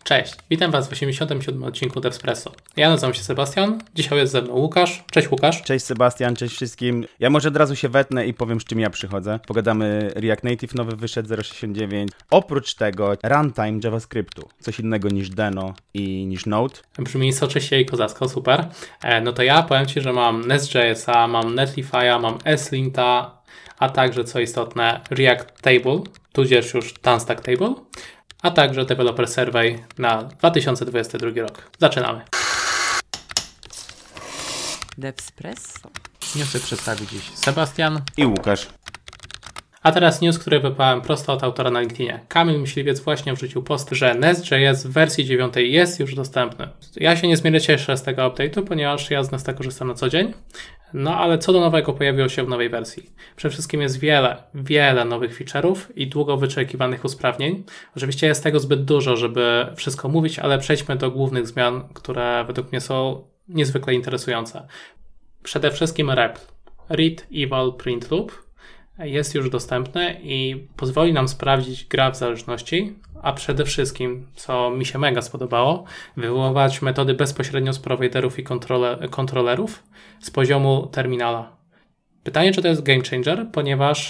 Cześć, witam Was w 87. odcinku Devspresso. Ja nazywam się Sebastian, dzisiaj jest ze mną Łukasz. Cześć Łukasz. Cześć Sebastian, cześć wszystkim. Ja może od razu się wetnę i powiem, z czym ja przychodzę. Pogadamy React Native, nowy wyszedł 0.69. Oprócz tego runtime JavaScriptu, coś innego niż Deno i niż Node. Brzmi soczyście i kozacko, super. No to ja powiem Ci, że mam Nest.jsa, mam Netlify'a, mam Slinta, a także co istotne React Table, tudzież już Tanstack Table, a także Developer Survey na 2022 rok. Zaczynamy. Devspresso. Newsy przedstawi dziś Sebastian I Łukasz. A teraz news, który wypałem prosto od autora na LinkedInie. Kamil Myśliwiec właśnie wrzucił post, że Nest.js w wersji 9 jest już dostępny. Ja się niezmiernie cieszę z tego update'u, ponieważ ja z Nesta korzystam na co dzień. No ale co do nowego pojawiło się w nowej wersji? Przede wszystkim jest wiele nowych feature'ów i długo wyczekiwanych usprawnień. Oczywiście jest tego zbyt dużo, żeby wszystko mówić, ale przejdźmy do głównych zmian, które według mnie są niezwykle interesujące. Przede wszystkim REPL, Read, Eval, Print Loop, jest już dostępny i pozwoli nam sprawdzić graf zależności, a przede wszystkim, co mi się mega spodobało, wywoływać metody bezpośrednio z prowajderów i kontrolerów z poziomu terminala. Pytanie, czy to jest game changer, ponieważ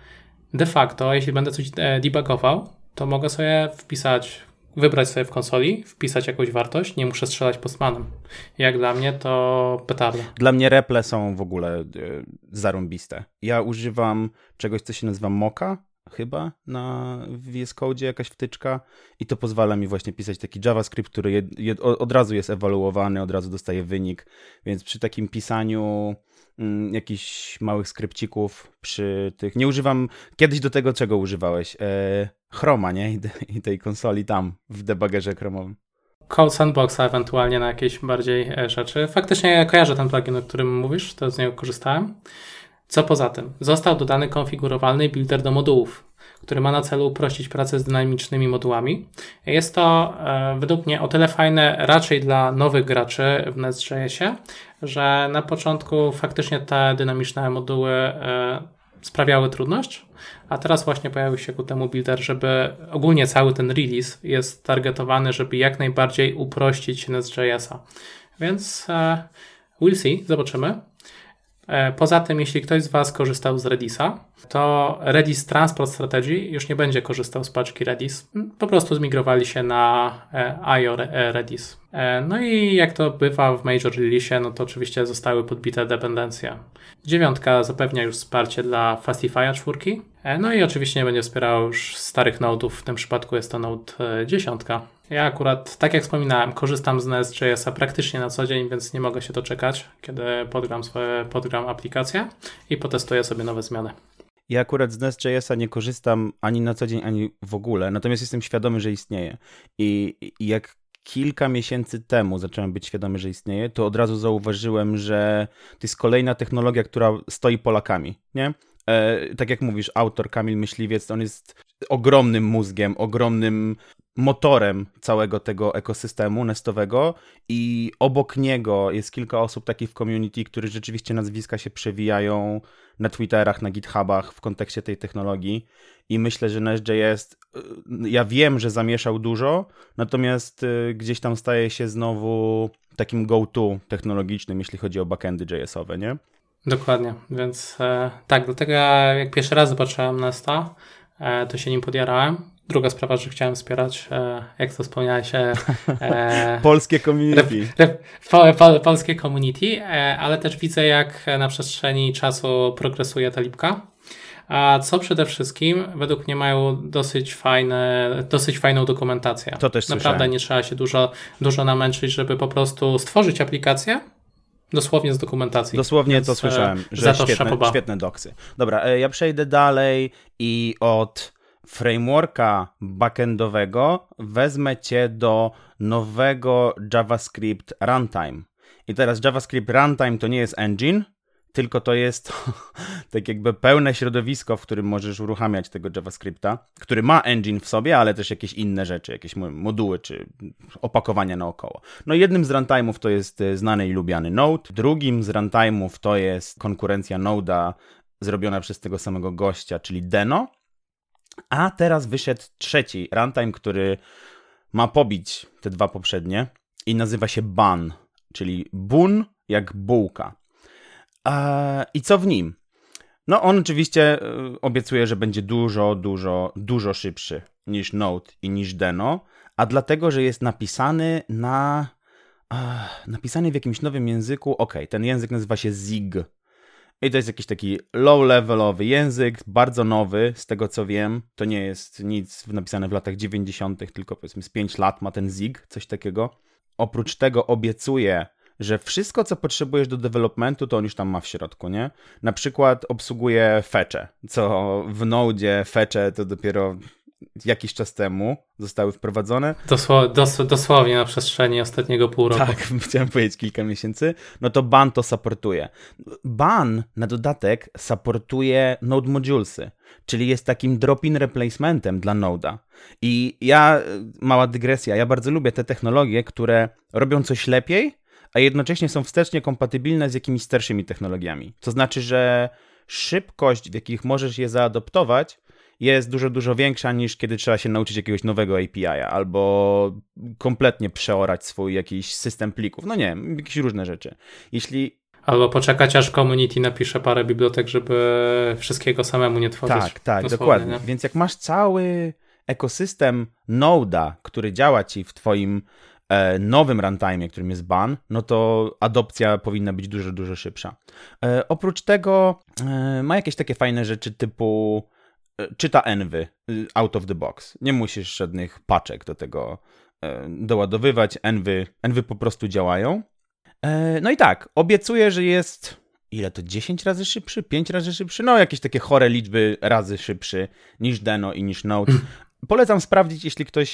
de facto, jeśli będę coś debugował, to mogę sobie wybrać sobie w konsoli, wpisać jakąś wartość, nie muszę strzelać postmanem. Jak dla mnie to petarda. Dla mnie reple są w ogóle zarąbiste. Ja używam czegoś, co się nazywa Mocha, chyba na VS Code, jakaś wtyczka i to pozwala mi właśnie pisać taki JavaScript, który od razu jest ewaluowany, od razu dostaje wynik, więc przy takim pisaniu jakichś małych skrypcików przy tych... Nie używam... Kiedyś do tego czego używałeś? Chroma, nie? I tej konsoli tam w debuggerze chromowym. Code Sandboxa ewentualnie na jakieś bardziej rzeczy. Faktycznie kojarzę ten plugin, o którym mówisz, to z niego korzystałem. Co poza tym? Został dodany konfigurowalny builder do modułów, który ma na celu uprościć pracę z dynamicznymi modułami. Jest to według mnie o tyle fajne raczej dla nowych graczy w Nest.jsie, że na początku faktycznie te dynamiczne moduły sprawiały trudność, a teraz właśnie pojawił się ku temu builder, żeby ogólnie cały ten release jest targetowany, żeby jak najbardziej uprościć Nest.jsa. Więc we'll see, zobaczymy. Poza tym, jeśli ktoś z Was korzystał z Redisa, to Redis Transport Strategy już nie będzie korzystał z paczki Redis. Po prostu zmigrowali się na IO Redis. No i jak to bywa w major release, no to oczywiście zostały podbite dependencje. 9 zapewnia już wsparcie dla Fastify'a 4. No i oczywiście nie będzie wspierał już starych nodów, w tym przypadku jest to Node 10. Ja akurat, tak jak wspominałem, korzystam z Nest.jsa praktycznie na co dzień, więc nie mogę się doczekać, kiedy podgram aplikację i potestuję sobie nowe zmiany. Ja akurat z Nest.jsa nie korzystam ani na co dzień, ani w ogóle, natomiast jestem świadomy, że istnieje. I jak kilka miesięcy temu zacząłem być świadomy, że istnieje, to od razu zauważyłem, że to jest kolejna technologia, która stoi Polakami, nie? Tak jak mówisz, autor Kamil Myśliwiec, on jest ogromnym mózgiem, ogromnym motorem całego tego ekosystemu nestowego i obok niego jest kilka osób takich w community, które rzeczywiście nazwiska się przewijają na Twitterach, na GitHubach w kontekście tej technologii i myślę, że Nest.js, ja wiem, że zamieszał dużo, natomiast gdzieś tam staje się znowu takim go-to technologicznym, jeśli chodzi o backendy JS-owe, nie? Dokładnie, więc tak, dlatego jak pierwszy raz zobaczyłem Nesta, to się nim podjarałem. Druga sprawa, że chciałem wspierać, jak to wspomniałeś, polskie community. Polskie community, ale też widzę, jak na przestrzeni czasu progresuje ta lipka. A co przede wszystkim, według mnie mają dosyć fajną dokumentację. To też naprawdę słyszałem. Nie trzeba się dużo namęczyć, żeby po prostu stworzyć aplikację. Dosłownie z dokumentacji. Dosłownie Więc to słyszałem, że za to świetne doksy. Dobra, ja przejdę dalej i od frameworka backendowego wezmę cię do nowego JavaScript Runtime. I teraz JavaScript Runtime to nie jest engine, tylko to jest tak jakby pełne środowisko, w którym możesz uruchamiać tego JavaScripta, który ma engine w sobie, ale też jakieś inne rzeczy, jakieś moduły czy opakowania naokoło. No jednym z runtime'ów to jest znany i lubiany Node, drugim z runtime'ów to jest konkurencja Node'a zrobiona przez tego samego gościa, czyli Deno, a teraz wyszedł trzeci runtime, który ma pobić te dwa poprzednie i nazywa się Bun, czyli bun jak bułka. I co w nim? No on oczywiście obiecuje, że będzie dużo szybszy niż Node i niż Deno, a dlatego, że jest napisany w jakimś nowym języku. Ten język nazywa się Zig. I to jest jakiś taki low-levelowy język, bardzo nowy, z tego co wiem. To nie jest nic napisane w latach 90., tylko powiedzmy z 5 lat ma ten Zig, coś takiego. Oprócz tego obiecuje, że wszystko, co potrzebujesz do developmentu, to on już tam ma w środku, nie? Na przykład obsługuje fetche, co w Node fetche to dopiero jakiś czas temu zostały wprowadzone. Dosłownie na przestrzeni ostatniego pół roku. Tak, chciałem powiedzieć kilka miesięcy. No to Bun to supportuje. Bun na dodatek supportuje Node Modulesy, czyli jest takim drop-in replacementem dla Node'a. I mała dygresja, ja bardzo lubię te technologie, które robią coś lepiej, a jednocześnie są wstecznie kompatybilne z jakimiś starszymi technologiami. To znaczy, że szybkość, w jakich możesz je zaadoptować, jest dużo większa niż kiedy trzeba się nauczyć jakiegoś nowego API-a albo kompletnie przeorać swój jakiś system plików. No nie wiem, jakieś różne rzeczy. Albo poczekać, aż community napisze parę bibliotek, żeby wszystkiego samemu nie tworzyć. Tak, dokładnie. Nie? Więc jak masz cały ekosystem Node'a, który działa ci w twoim nowym runtime, którym jest Bun, no to adopcja powinna być dużo szybsza. Oprócz tego ma jakieś takie fajne rzeczy typu czyta envy out of the box. Nie musisz żadnych paczek do tego doładowywać. Envy po prostu działają. No i tak, obiecuję, że jest ile to? 10 razy szybszy? 5 razy szybszy? No jakieś takie chore liczby razy szybszy niż Deno i niż Node. Polecam sprawdzić, jeśli ktoś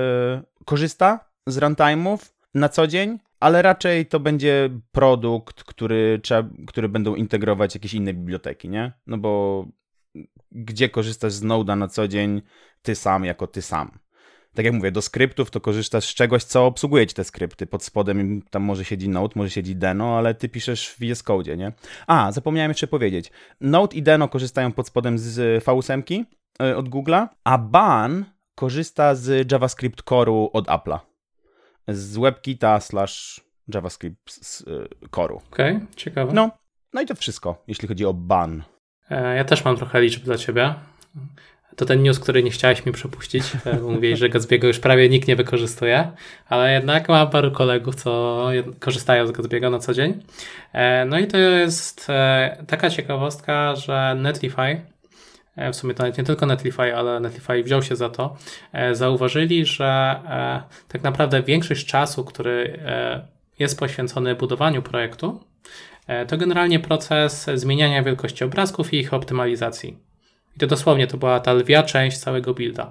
korzysta z runtime'ów na co dzień, ale raczej to będzie produkt, który będą integrować jakieś inne biblioteki, nie? No bo gdzie korzystasz z Node'a na co dzień, ty sam jako ty sam. Tak jak mówię, do skryptów to korzystasz z czegoś, co obsługuje ci te skrypty. Pod spodem tam może siedzi Node, może siedzi Deno, ale ty piszesz w VS Code, nie? Zapomniałem jeszcze powiedzieć. Node i Deno korzystają pod spodem z V8 od Google'a, a Bun korzysta z JavaScript Core'u od Apple'a. Z WebKita / JavaScript Core'u. Okej, ciekawe. No i to wszystko, jeśli chodzi o Bun. Ja też mam trochę liczb dla ciebie. To ten news, który nie chciałeś mi przepuścić, bo mówiłeś, że Gatsby'ego już prawie nikt nie wykorzystuje, ale jednak mam paru kolegów, co korzystają z Gatsby'ego na co dzień. No i to jest taka ciekawostka, że Netlify, w sumie to nie tylko Netlify, ale Netlify wziął się za to, zauważyli, że tak naprawdę większość czasu, który jest poświęcony budowaniu projektu, to generalnie proces zmieniania wielkości obrazków i ich optymalizacji. I to dosłownie to była ta lwia część całego builda.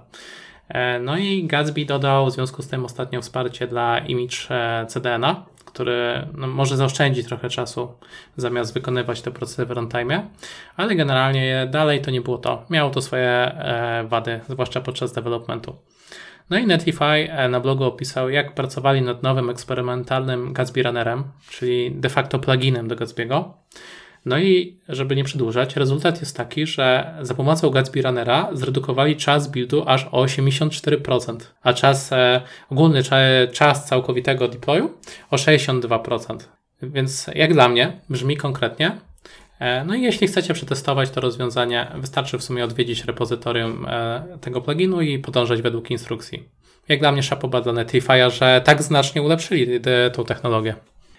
No i Gatsby dodał w związku z tym ostatnio wsparcie dla image CDN-a, który może zaoszczędzić trochę czasu zamiast wykonywać te procesy w runtime, ale generalnie dalej to nie było to. Miało to swoje wady, zwłaszcza podczas developmentu. No i Netlify na blogu opisał, jak pracowali nad nowym eksperymentalnym Gatsby Runnerem, czyli de facto pluginem do Gatsby'ego. No i żeby nie przedłużać, rezultat jest taki, że za pomocą Gatsby Runnera zredukowali czas buildu aż o 84%, a ogólny czas całkowitego deployu o 62%. Więc jak dla mnie brzmi konkretnie. No i jeśli chcecie przetestować to rozwiązanie, wystarczy w sumie odwiedzić repozytorium tego pluginu i podążać według instrukcji. Jak dla mnie szapoba dla Netlify'a, że tak znacznie ulepszyli tą technologię.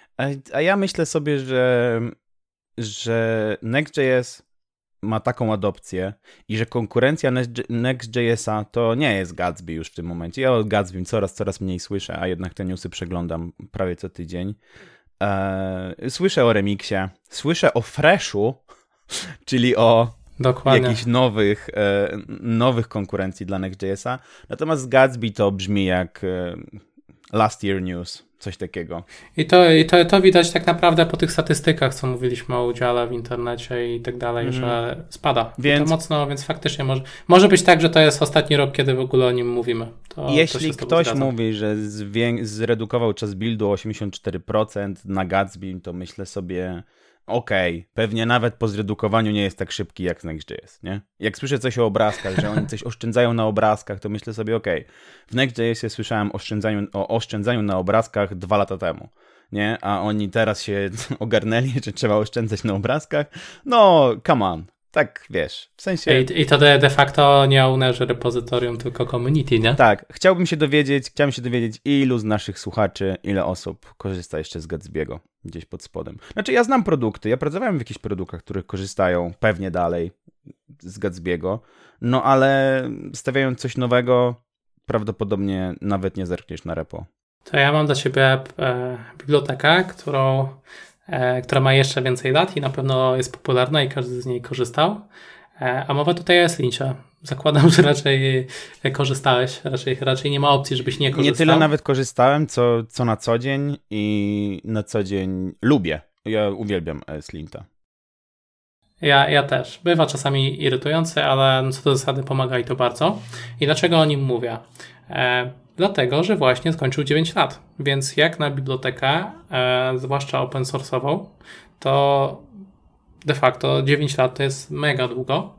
A ja myślę sobie, że Next.js ma taką adopcję i że konkurencja Next.jsa to nie jest Gatsby już w tym momencie. Ja o Gatsbym coraz mniej słyszę, a jednak te newsy przeglądam prawie co tydzień. Słyszę o Remixie, słyszę o Freshu, czyli o jakichś nowych konkurencji dla Next.jsa. Natomiast Gatsby to brzmi jak last year news. Coś takiego. I to widać tak naprawdę po tych statystykach, co mówiliśmy o udziale w internecie i tak dalej, że spada. Więc, to mocno, więc faktycznie może być tak, że to jest ostatni rok, kiedy w ogóle o nim mówimy. Jeśli ktoś mówi, że zredukował czas buildu o 84% na Gatsby, to myślę sobie, okej, pewnie nawet po zredukowaniu nie jest tak szybki jak Next.js, nie? Jak słyszę coś o obrazkach, że oni coś oszczędzają na obrazkach, to myślę sobie, okej, w Next.jsie słyszałem o oszczędzaniu na obrazkach 2 lata temu, nie? A oni teraz się ogarnęli, że trzeba oszczędzać na obrazkach. No, come on. Tak, wiesz, w sensie... I to de facto nie ownerzy repozytorium, tylko community, nie? Tak, chciałem się dowiedzieć, ilu z naszych słuchaczy, ile osób korzysta jeszcze z Gatsby'ego gdzieś pod spodem. Znaczy, ja znam produkty, ja pracowałem w jakichś produktach, których korzystają pewnie dalej z Gatsby'ego, no ale stawiając coś nowego, prawdopodobnie nawet nie zerkniesz na repo. To ja mam dla ciebie bibliotekę, która ma jeszcze więcej lat i na pewno jest popularna i każdy z niej korzystał. A mowa tutaj o ESLincie. Zakładam, że raczej korzystałeś, raczej nie ma opcji, żebyś nie korzystał. Nie tyle nawet korzystałem, co na co dzień i na co dzień lubię. Ja uwielbiam ESLinta. Ja też. Bywa czasami irytujący, ale co do zasady pomaga i to bardzo. I dlaczego o nim mówię? Dlatego, że właśnie skończył 9 lat, więc jak na bibliotekę, zwłaszcza open source'ową, to de facto 9 lat to jest mega długo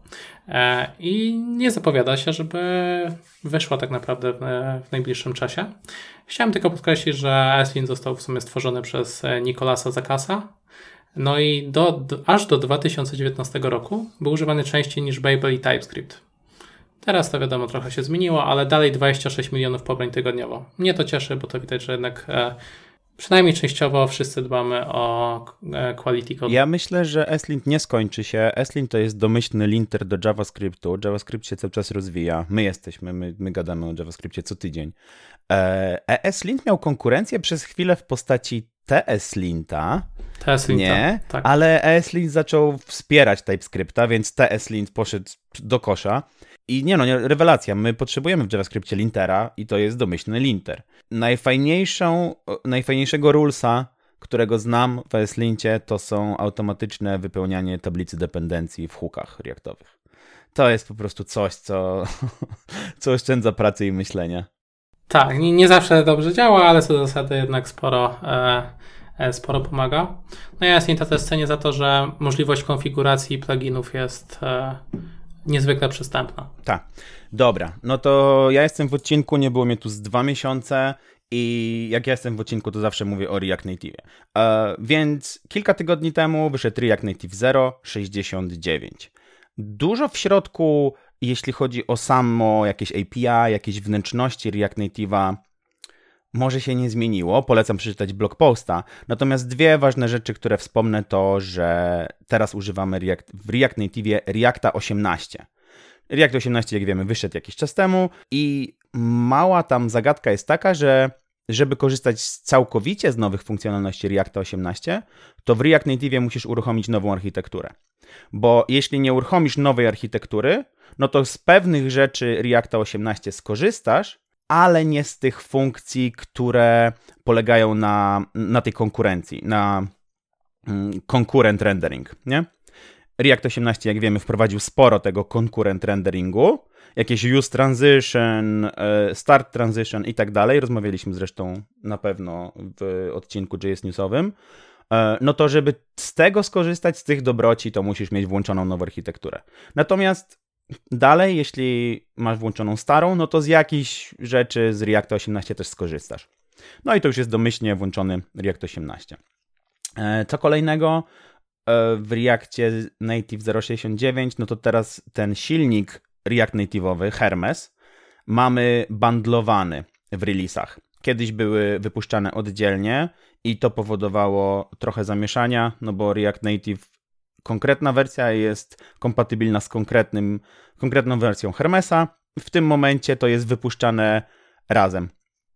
i nie zapowiada się, żeby wyszła tak naprawdę w najbliższym czasie. Chciałem tylko podkreślić, że ESLint został w sumie stworzony przez Nicolasa Zakasa, no i aż do 2019 roku był używany częściej niż Babel i TypeScript. Teraz to wiadomo trochę się zmieniło, ale dalej 26 milionów pobrań tygodniowo. Mnie to cieszy, bo to widać, że jednak przynajmniej częściowo wszyscy dbamy o quality code. Ja myślę, że ESLint nie skończy się. ESLint to jest domyślny linter do JavaScriptu. JavaScript się cały czas rozwija. My gadamy o JavaScriptie co tydzień. ESLint miał konkurencję przez chwilę w postaci TSLinta. Nie, tak. Ale ESLint zaczął wspierać TypeScripta, więc TSLint poszedł do kosza. I rewelacja, my potrzebujemy w JavaScriptie lintera i to jest domyślny linter. Najfajniejszego rulesa, którego znam w ESLincie, to są automatyczne wypełnianie tablicy dependencji w hookach reactowych. To jest po prostu coś, co oszczędza pracy i myślenia. Tak, nie zawsze dobrze działa, ale co do zasady jednak sporo pomaga. No ja ESLinta też cenię za to, że możliwość konfiguracji pluginów jest niezwykle przystępna. Tak, dobra, no to ja jestem w odcinku, nie było mnie tu z 2 miesiące i jak ja jestem w odcinku, to zawsze mówię o React Native. Więc kilka tygodni temu wyszedł React Native 0.69. Dużo w środku, jeśli chodzi o samo jakieś API, jakieś wnętrzności React Native'a, może się nie zmieniło, polecam przeczytać blog posta. Natomiast 2 ważne rzeczy, które wspomnę, to, że teraz używamy w React Native'ie Reacta 18. React 18, jak wiemy, wyszedł jakiś czas temu i mała tam zagadka jest taka, że żeby korzystać całkowicie z nowych funkcjonalności Reacta 18, to w React Native'ie musisz uruchomić nową architekturę. Bo jeśli nie uruchomisz nowej architektury, no to z pewnych rzeczy Reacta 18 skorzystasz, ale nie z tych funkcji, które polegają na tej konkurencji, na concurrent rendering, nie? React 18, jak wiemy, wprowadził sporo tego concurrent renderingu, jakieś use transition, start transition i tak dalej. Rozmawialiśmy zresztą na pewno w odcinku JS Newsowym. No to żeby z tego skorzystać, z tych dobroci, to musisz mieć włączoną nową architekturę. Natomiast dalej, jeśli masz włączoną starą, no to z jakichś rzeczy z Reacta 18 też skorzystasz. No i to już jest domyślnie włączony React 18. Co kolejnego w Reactie Native 0.69, no to teraz ten silnik React Native'owy, Hermes, mamy bundlowany w releasach. Kiedyś były wypuszczane oddzielnie i to powodowało trochę zamieszania, no bo React Native konkretna wersja jest kompatybilna z konkretną wersją Hermesa. W tym momencie to jest wypuszczane razem,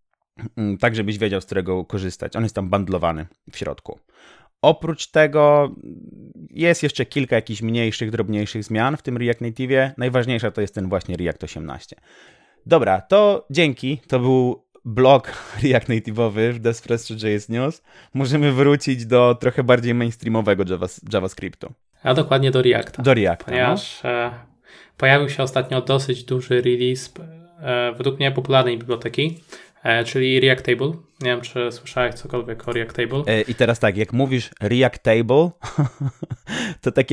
tak żebyś wiedział, z którego korzystać. On jest tam bundlowany w środku. Oprócz tego jest jeszcze kilka jakichś mniejszych, drobniejszych zmian w tym React Native'ie. Najważniejsza to jest ten właśnie React 18. Dobra, to dzięki. To był blog React Native'owy w Despresso.js News. Możemy wrócić do trochę bardziej mainstreamowego JavaScriptu. A dokładnie do Reacta. Do Reacta, ponieważ pojawił się ostatnio dosyć duży release według mnie popularnej biblioteki czyli Reactable. Nie wiem, czy słyszałeś cokolwiek o Reactable. I teraz tak, jak mówisz Reactable, to tak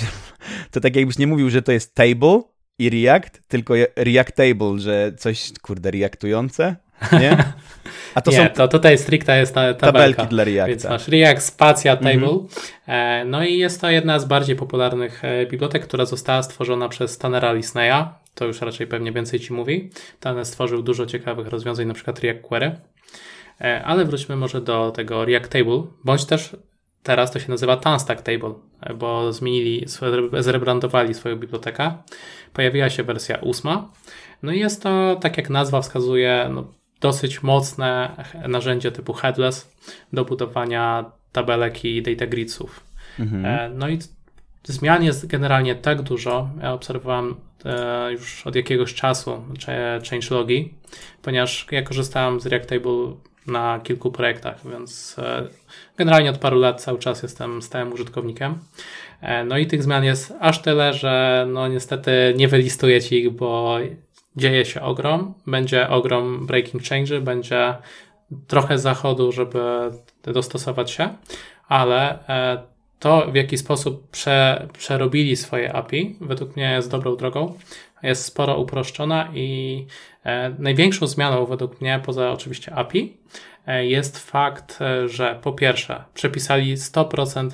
jakbyś nie mówił, że to jest table i React, tylko Reactable, że coś, kurde, reaktujące, nie? A to nie, to tutaj stricte jest tabelka dla Reacta. Więc masz React, spacja, table. No i jest to jedna z bardziej popularnych bibliotek, która została stworzona przez Tannera Lisneya. To już raczej pewnie więcej ci mówi. Tanner stworzył dużo ciekawych rozwiązań, na przykład React Query. Ale wróćmy może do tego React Table, bądź też teraz to się nazywa Tanstack Table, bo zrebrandowali swoją bibliotekę. Pojawiła się wersja 8. No i jest to, tak jak nazwa wskazuje, dosyć mocne narzędzie typu headless do budowania tabelek i data gridsów. No i zmian jest generalnie tak dużo. Ja obserwowałem już od jakiegoś czasu changelogi, ponieważ ja korzystałem z React Table na kilku projektach, więc generalnie od paru lat cały czas jestem stałym użytkownikiem. No i tych zmian jest aż tyle, że niestety nie wylistuję ci ich, bo dzieje się ogrom. Będzie ogrom breaking change, będzie trochę zachodu, żeby dostosować się, ale to, w jaki sposób przerobili swoje API, według mnie jest dobrą drogą. Jest sporo uproszczona i największą zmianą według mnie, poza oczywiście API, jest fakt, że po pierwsze przepisali 100%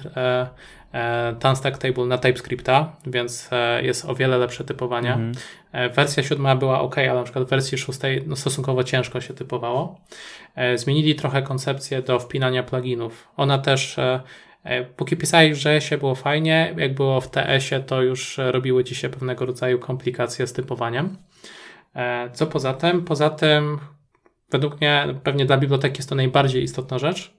Tanstack Table na TypeScripta, więc jest o wiele lepsze typowanie. Wersja 7 była ok, ale na przykład w wersji 6 stosunkowo ciężko się typowało. Zmienili trochę koncepcję do wpinania pluginów. Ona też póki pisałeś w JS-ie było fajnie, jak było w TS-ie, to już robiły ci się pewnego rodzaju komplikacje z typowaniem. Co poza tym? Poza tym według mnie pewnie dla biblioteki jest to najbardziej istotna rzecz.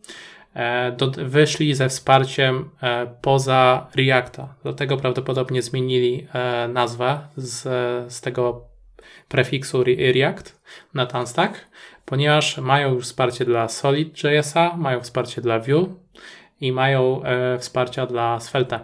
Wyszli ze wsparciem poza Reacta. Dlatego prawdopodobnie zmienili nazwę z tego prefiksu React na Tanstack, ponieważ mają już wsparcie dla Solid.jsa, mają wsparcie dla Vue i mają wsparcia dla Svelte.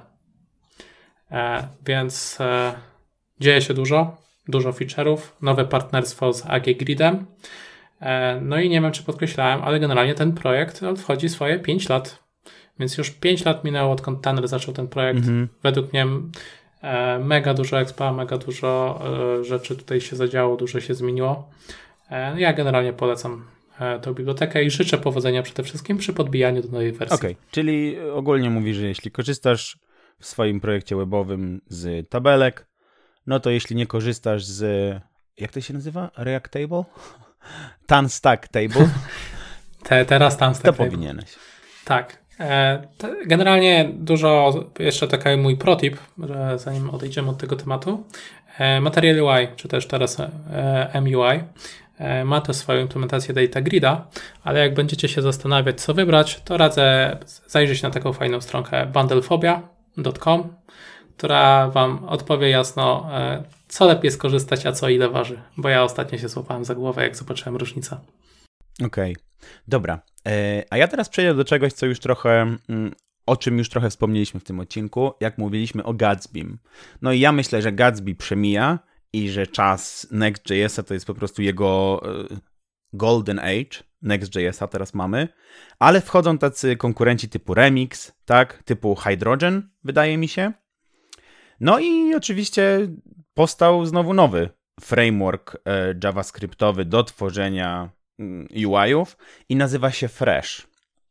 Więc dzieje się dużo feature'ów, nowe partnerstwo z AG Gridem. No i nie wiem, czy podkreślałem, ale generalnie ten projekt wchodzi swoje 5 lat. Więc już 5 lat minęło, odkąd Tanner zaczął ten projekt. Według mnie mega dużo expa, mega dużo rzeczy tutaj się zadziało, dużo się zmieniło. Ja generalnie polecam tę bibliotekę i życzę powodzenia przede wszystkim przy podbijaniu do nowej wersji. Okej, czyli ogólnie mówisz, że jeśli korzystasz w swoim projekcie webowym z tabelek, no to jeśli nie korzystasz z, jak to się nazywa? React Table? Tanstack Table? Teraz Tanstack to powinieneś. Tak. Generalnie dużo, jeszcze taki mój protip, że zanim odejdziemy od tego tematu, Material UI, czy też teraz MUI, ma też swoją implementację Data Grida, ale jak będziecie się zastanawiać, co wybrać, to radzę zajrzeć na taką fajną stronkę bundlephobia.com, która wam odpowie jasno, co lepiej skorzystać, a co ile waży, bo ja ostatnio się złapałem za głowę, jak zobaczyłem różnicę. Okej, dobra. A ja teraz przejdę do czegoś, co już trochę, o czym już trochę wspomnieliśmy w tym odcinku, jak mówiliśmy o Gatsbym. No i ja myślę, że Gatsby przemija i że czas Next.jsa to jest po prostu jego golden age. Next.jsa teraz mamy, ale wchodzą tacy konkurenci typu Remix, tak, typu Hydrogen, wydaje mi się. No i oczywiście powstał znowu nowy framework javascriptowy do tworzenia UI-ów i nazywa się Fresh.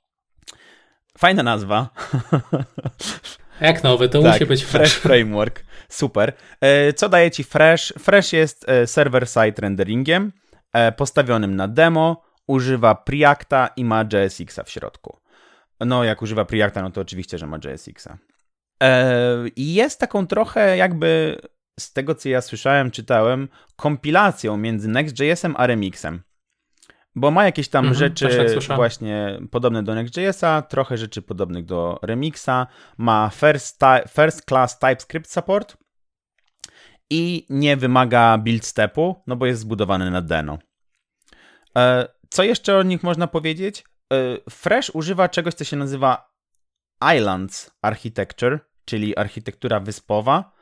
Fajna nazwa. Jak nowy, to tak, musi być Fresh Framework. Super. Co daje ci Fresh? Fresh jest server-side renderingiem postawionym na demo, używa Preacta i ma JSX-a w środku. No jak używa Preacta, no to oczywiście, że ma JSX-a. I jest taką trochę jakby, z tego co ja słyszałem, czytałem, kompilacją między Next.jsem a Remixem. Bo ma jakieś tam rzeczy tak właśnie podobne do Next.jsa, trochę rzeczy podobnych do Remixa, ma first class TypeScript support i nie wymaga build stepu, no bo jest zbudowany na Deno. Co jeszcze o nich można powiedzieć? Fresh używa czegoś, co się nazywa Islands Architecture, czyli architektura wyspowa.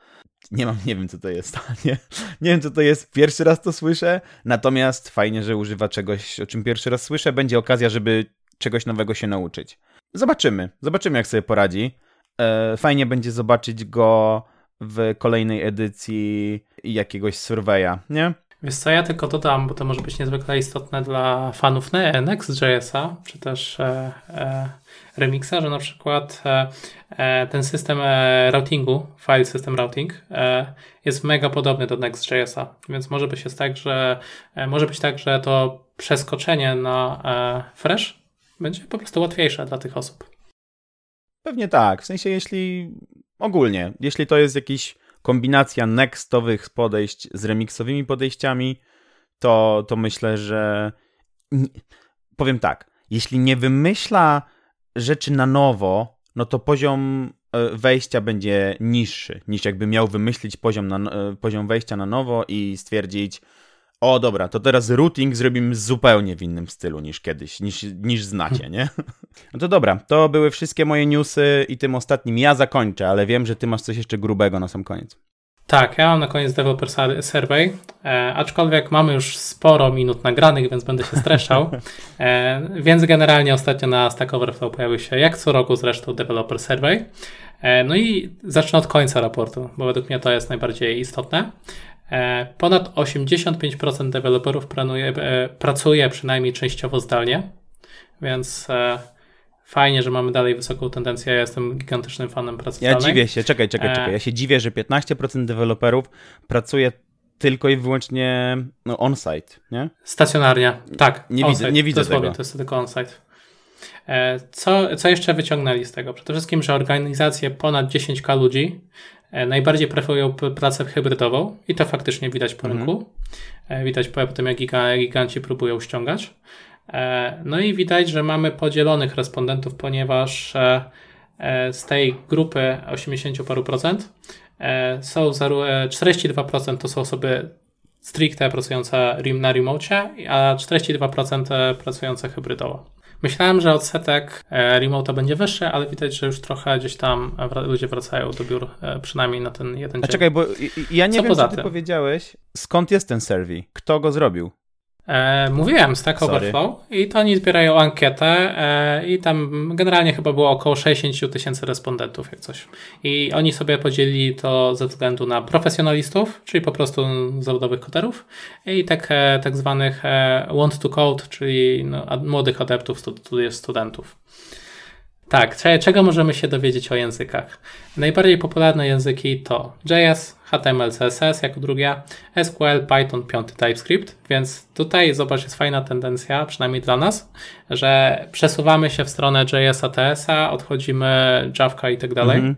Nie wiem, co to jest. Nie wiem, co to jest. Pierwszy raz to słyszę, natomiast fajnie, że używa czegoś, o czym pierwszy raz słyszę. Będzie okazja, żeby czegoś nowego się nauczyć. Zobaczymy, jak sobie poradzi. Fajnie będzie zobaczyć go w kolejnej edycji jakiegoś surveya, nie? Wiesz co, ja tylko dodam, bo to może być niezwykle istotne dla fanów Next.jsa, czy też Remixa, że na przykład ten system routingu, file system routing jest mega podobny do Next.jsa, więc może być tak, że to przeskoczenie na Fresh będzie po prostu łatwiejsze dla tych osób. Pewnie tak, w sensie jeśli to jest jakiś kombinacja nextowych podejść z remixowymi podejściami, to myślę, że powiem tak, jeśli nie wymyśla rzeczy na nowo, no to poziom wejścia będzie niższy, niż jakby miał wymyślić poziom wejścia na nowo i stwierdzić, o dobra, to teraz routing zrobimy zupełnie w innym stylu niż kiedyś, niż znacie, nie? No to dobra, to były wszystkie moje newsy i tym ostatnim ja zakończę, ale wiem, że ty masz coś jeszcze grubego na sam koniec. Tak, ja mam na koniec Developer Survey, aczkolwiek mamy już sporo minut nagranych, więc będę się streszczał, więc generalnie ostatnio na Stack Overflow pojawił się, jak co roku zresztą, Developer Survey. No i zacznę od końca raportu, bo według mnie to jest najbardziej istotne. Ponad 85% deweloperów pracuje przynajmniej częściowo zdalnie, więc fajnie, że mamy dalej wysoką tendencję. Ja jestem gigantycznym fanem pracy zdalnej. Ja dziwię się, czekaj. Ja się dziwię, że 15% deweloperów pracuje tylko i wyłącznie on-site, nie? Stacjonarnie, tak. Nie widzę tego. To jest tylko on-site. Co jeszcze wyciągnęli z tego? Przede wszystkim, że organizacje ponad 10K ludzi najbardziej preferują pracę hybrydową i to faktycznie widać po rynku. Widać po tym, jak giganci próbują ściągać. No i widać, że mamy podzielonych respondentów, ponieważ z tej grupy 80 paru procent są 42% to są osoby stricte pracujące na remocie, a 42% pracujące hybrydowo. Myślałem, że odsetek remote będzie wyższy, ale widać, że już trochę gdzieś tam ludzie wracają do biur, przynajmniej na ten jeden dzień. Czekaj, bo ja nie wiem, co ty powiedziałeś. Skąd jest ten survey? Kto go zrobił? Mówiłem, Stack Overflow i to oni zbierają ankietę i tam generalnie chyba było około 60 000 respondentów, jak coś. I oni sobie podzielili to ze względu na profesjonalistów, czyli po prostu zawodowych koderów i tak zwanych want to code, czyli młodych adeptów, studentów. Tak, czego możemy się dowiedzieć o językach? Najbardziej popularne języki to JS, HTML, CSS jako drugie, SQL, Python, 5 TypeScript, więc tutaj zobacz, jest fajna tendencja, przynajmniej dla nas, że przesuwamy się w stronę JS-a, TS-a, odchodzimy Javka i tak dalej.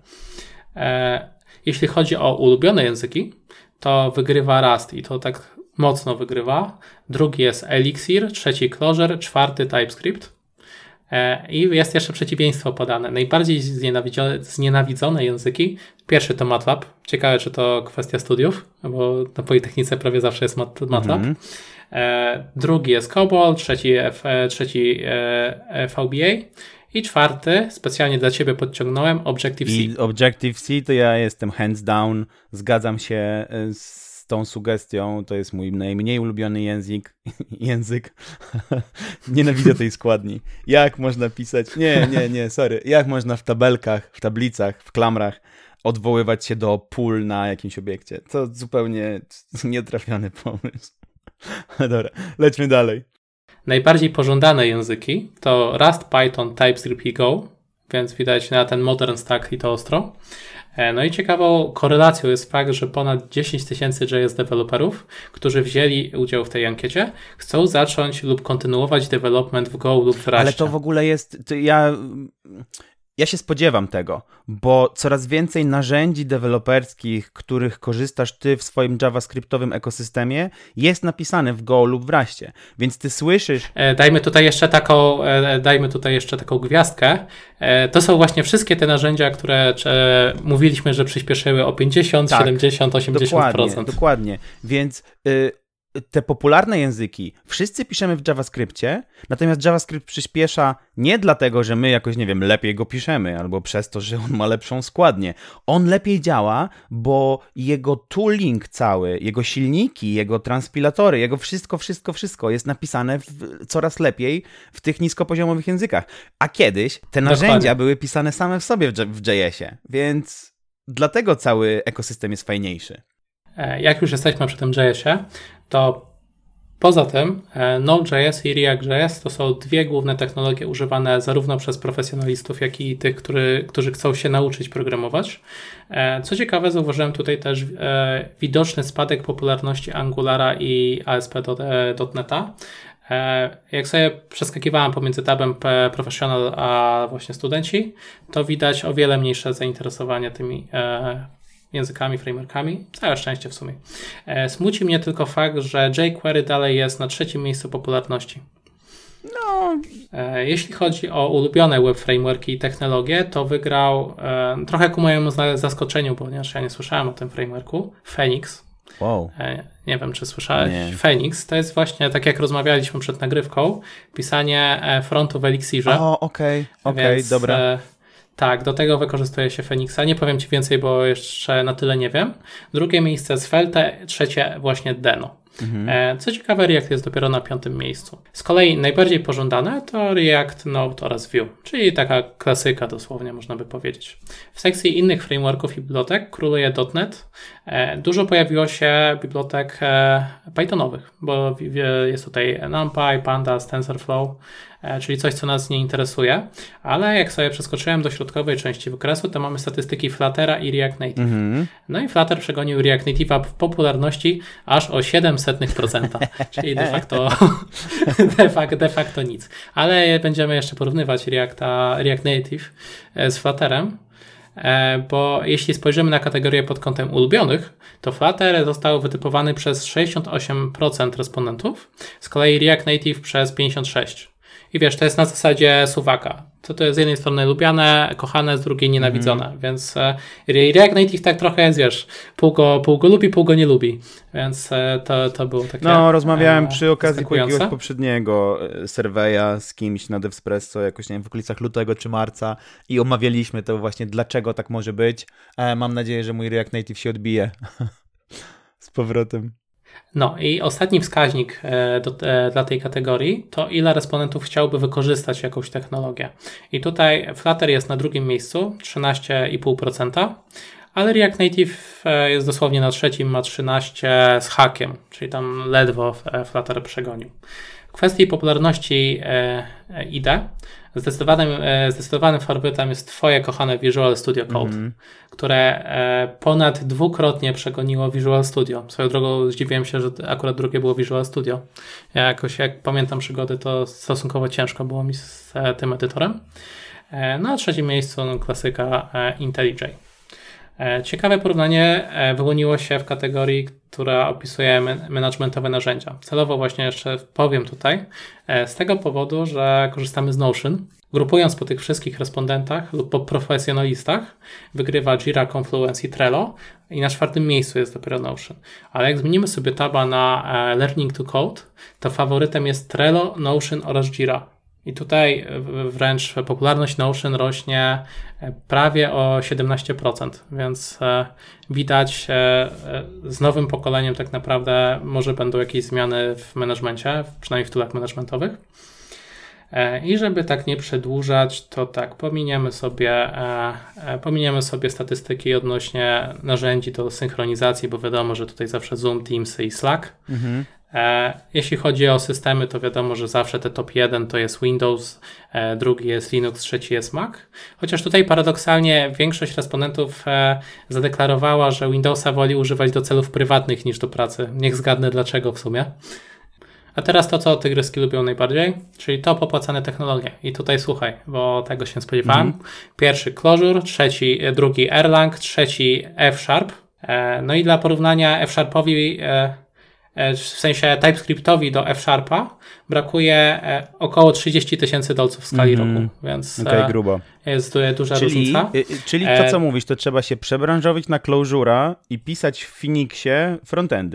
Jeśli chodzi o ulubione języki, to wygrywa Rust i to tak mocno wygrywa. Drugi jest Elixir, trzeci Clojure, czwarty TypeScript. I jest jeszcze przeciwieństwo podane. Najbardziej znienawidzone języki. Pierwszy to MATLAB. Ciekawe, czy to kwestia studiów, bo na Politechnice prawie zawsze jest MATLAB. Drugi jest COBOL, trzeci VBA i czwarty, specjalnie dla Ciebie podciągnąłem, Objective-C. I Objective-C to ja jestem hands down, zgadzam się z tą sugestią, to jest mój najmniej ulubiony język. Nienawidzę tej składni. Jak można pisać? Nie, sorry. Jak można w tabelkach, w tablicach, w klamrach odwoływać się do pól na jakimś obiekcie? To zupełnie nietrafiony pomysł. Dobra, lećmy dalej. Najbardziej pożądane języki to Rust, Python, TypeScript i Go, więc widać na ten modern stack i to ostro. No i ciekawą korelacją jest fakt, że ponad 10 000 JS deweloperów, którzy wzięli udział w tej ankiecie, chcą zacząć lub kontynuować development w Go lub w Ruście. Ale to w ogóle jest... Ja się spodziewam tego, bo coraz więcej narzędzi deweloperskich, których korzystasz ty w swoim javascriptowym ekosystemie, jest napisane w Go lub w Ruście. Więc ty słyszysz... Dajmy tutaj jeszcze taką gwiazdkę. To są właśnie wszystkie te narzędzia, które mówiliśmy, że przyspieszyły o 50, tak, 70, 80%. Dokładnie. Więc te popularne języki, wszyscy piszemy w JavaScriptie, natomiast JavaScript przyspiesza nie dlatego, że my jakoś, nie wiem, lepiej go piszemy, albo przez to, że on ma lepszą składnię. On lepiej działa, bo jego tooling cały, jego silniki, jego transpilatory, jego wszystko jest napisane coraz lepiej w tych niskopoziomowych językach. A kiedyś te narzędzia były pisane same w sobie w JS-ie, więc dlatego cały ekosystem jest fajniejszy. Jak już jesteśmy przy tym JS-ie, to poza tym Node.js i React.js to są dwie główne technologie używane zarówno przez profesjonalistów, jak i tych, którzy chcą się nauczyć programować. Co ciekawe, zauważyłem tutaj też widoczny spadek popularności Angulara i ASP.NET-a. Jak sobie przeskakiwałem pomiędzy tabem Professional a właśnie studenci, to widać o wiele mniejsze zainteresowanie tymi językami, frameworkami. Całe szczęście w sumie. Smuci mnie tylko fakt, że jQuery dalej jest na 3. miejscu popularności. No. Jeśli chodzi o ulubione web frameworki i technologie, to wygrał trochę ku mojemu zaskoczeniu, ponieważ ja nie słyszałem o tym frameworku, Phoenix. Wow. Nie wiem, czy słyszałeś. Nie. Phoenix to jest właśnie, tak jak rozmawialiśmy przed nagrywką, pisanie frontu w Elixirze. Okej, dobra. Tak, do tego wykorzystuje się Phoenixa. Nie powiem Ci więcej, bo jeszcze na tyle nie wiem. Drugie miejsce Svelte, trzecie właśnie Deno. Co ciekawe, React jest dopiero na 5. miejscu. Z kolei najbardziej pożądane to React, Node oraz Vue, czyli taka klasyka dosłownie można by powiedzieć. W sekcji innych frameworków i bibliotek króluje .NET. Dużo pojawiło się bibliotek Pythonowych, bo jest tutaj NumPy, Pandas, TensorFlow, czyli coś, co nas nie interesuje, ale jak sobie przeskoczyłem do środkowej części wykresu, to mamy statystyki Fluttera i React Native. No i Flutter przegonił React Native'a w popularności aż o 0,07%, czyli de facto nic. Ale będziemy jeszcze porównywać React Native z Flutterem, bo jeśli spojrzymy na kategorię pod kątem ulubionych, to Flutter został wytypowany przez 68% respondentów, z kolei React Native przez 56%. I wiesz, to jest na zasadzie suwaka. To jest z jednej strony lubiane, kochane, z drugiej nienawidzone, więc React Native tak trochę jest, wiesz, pół go lubi, pół go nie lubi, więc to było takie rozmawiałem przy okazji jakiegoś poprzedniego surveya z kimś na Devspresso, jakoś nie wiem, w okolicach lutego czy marca i omawialiśmy to właśnie, dlaczego tak może być. Mam nadzieję, że mój React Native się odbije z powrotem. No i ostatni wskaźnik dla tej kategorii to ile respondentów chciałby wykorzystać jakąś technologię. I tutaj Flutter jest na 2. miejscu, 13,5%, ale React Native jest dosłownie na 3., ma 13 z hakiem, czyli tam ledwo Flutter przegonił. W kwestii popularności IDE zdecydowanym faworytem jest Twoje kochane Visual Studio Code, które ponad 2-krotnie przegoniło Visual Studio. Swoją drogą zdziwiłem się, że akurat drugie było Visual Studio. Ja jakoś, jak pamiętam przygody, to stosunkowo ciężko było mi z tym edytorem. Na 3. miejscu klasyka IntelliJ. Ciekawe porównanie wyłoniło się w kategorii, która opisuje managementowe narzędzia. Celowo właśnie jeszcze powiem tutaj, z tego powodu, że korzystamy z Notion. Grupując po tych wszystkich respondentach lub po profesjonalistach, wygrywa Jira, Confluence i Trello i na 4. miejscu jest dopiero Notion. Ale jak zmienimy sobie taba na Learning to Code, to faworytem jest Trello, Notion oraz Jira. I tutaj wręcz popularność Notion rośnie prawie o 17%, więc widać z nowym pokoleniem tak naprawdę może będą jakieś zmiany w managemencie, przynajmniej w toolach managementowych. I żeby tak nie przedłużać, to tak, pominiemy sobie statystyki odnośnie narzędzi do synchronizacji, bo wiadomo, że tutaj zawsze Zoom, Teams i Slack. Jeśli chodzi o systemy, to wiadomo, że zawsze te top 1 to jest Windows, drugi jest Linux, trzeci jest Mac. Chociaż tutaj paradoksalnie większość respondentów zadeklarowała, że Windowsa woli używać do celów prywatnych niż do pracy. Niech zgadnę dlaczego w sumie. A teraz to, co tygryski lubią najbardziej, czyli top opłacane technologie. I tutaj słuchaj, bo tego się spodziewałem. Pierwszy Clojure, drugi Erlang, trzeci F#. No i dla porównania F#owi, w sensie TypeScriptowi do F# brakuje około 30 000 dolców w skali roku, więc grubo. Jest duża różnica. Czyli to, co mówisz, to trzeba się przebranżowić na Clojure'a i pisać w Phoenixie frontendy.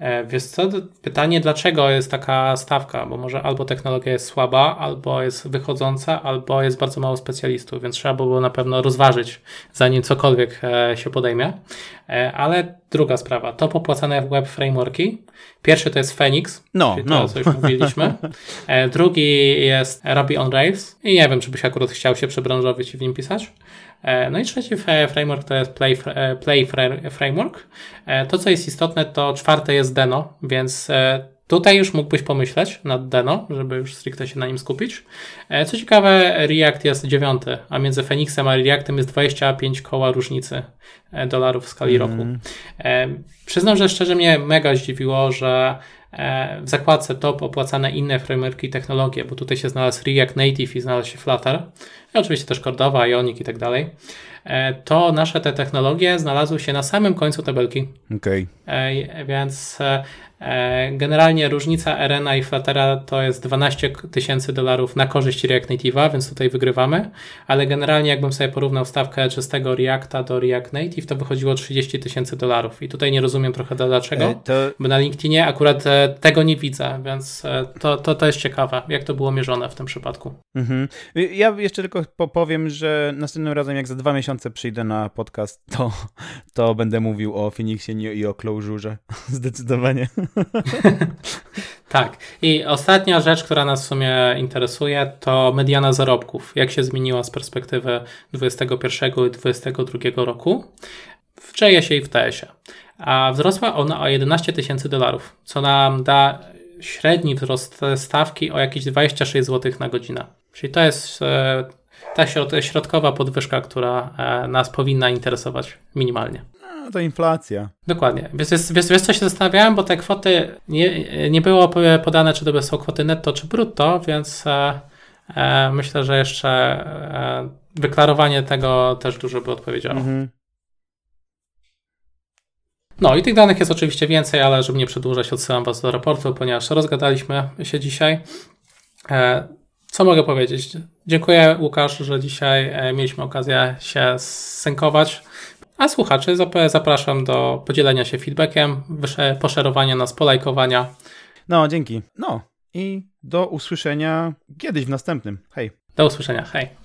Wiesz co, pytanie, dlaczego jest taka stawka, bo może albo technologia jest słaba, albo jest wychodząca, albo jest bardzo mało specjalistów, więc trzeba było na pewno rozważyć, zanim cokolwiek się podejmie. Ale druga sprawa, top opłacane web frameworki. Pierwszy to jest Phoenix, czyli to, co już mówiliśmy. Drugi jest Ruby on Rails i nie wiem, czy byś akurat chciał się przebranżowić i w nim pisać. No i trzeci framework to jest Play Framework. To, co jest istotne, to czwarte jest Deno, więc tutaj już mógłbyś pomyśleć nad Deno, żeby już stricte się na nim skupić. Co ciekawe, React jest 9, a między Phoenixem a Reactem jest 25 koła różnicy dolarów w skali roku. Przyznam, że szczerze mnie mega zdziwiło, że w zakładce top opłacane inne frameworki i technologie, bo tutaj się znalazł React Native i znalazł się Flutter, i oczywiście też Cordova, Ionic i tak dalej, to nasze te technologie znalazły się na samym końcu tabelki. Okay. Więc generalnie różnica Arena i Fluttera to jest $12,000 na korzyść React Native'a, więc tutaj wygrywamy, ale generalnie jakbym sobie porównał stawkę czystego Reacta do React Native, to wychodziło $30,000 i tutaj nie rozumiem trochę dlaczego, bo na LinkedInie akurat tego nie widzę, więc to jest ciekawe, jak to było mierzone w tym przypadku. Ja jeszcze tylko powiem, że następnym razem jak za 2 miesiące przyjdę na podcast, to będę mówił o Phoenixie i o Clojure'ze. Zdecydowanie. Tak. I ostatnia rzecz, która nas w sumie interesuje, to mediana zarobków. Jak się zmieniła z perspektywy 2021 i 2022 roku w JS-ie i w TS-ie. A wzrosła ona o $11,000, co nam da średni wzrost stawki o jakieś 26 zł na godzinę. Czyli to jest ta środkowa podwyżka, która nas powinna interesować minimalnie. No to inflacja. Dokładnie. Wiesz co się zastanawiałem, bo te kwoty nie było podane, czy to są kwoty netto, czy brutto, więc myślę, że jeszcze wyklarowanie tego też dużo by odpowiedziało. No i tych danych jest oczywiście więcej, ale żeby nie przedłużać, odsyłam Was do raportu, ponieważ rozgadaliśmy się dzisiaj. Co mogę powiedzieć? Dziękuję, Łukasz, że dzisiaj mieliśmy okazję się synkować. A słuchaczy zapraszam do podzielenia się feedbackiem, poszerowania nas, polajkowania. No, dzięki. No i do usłyszenia kiedyś w następnym. Hej. Do usłyszenia. Hej.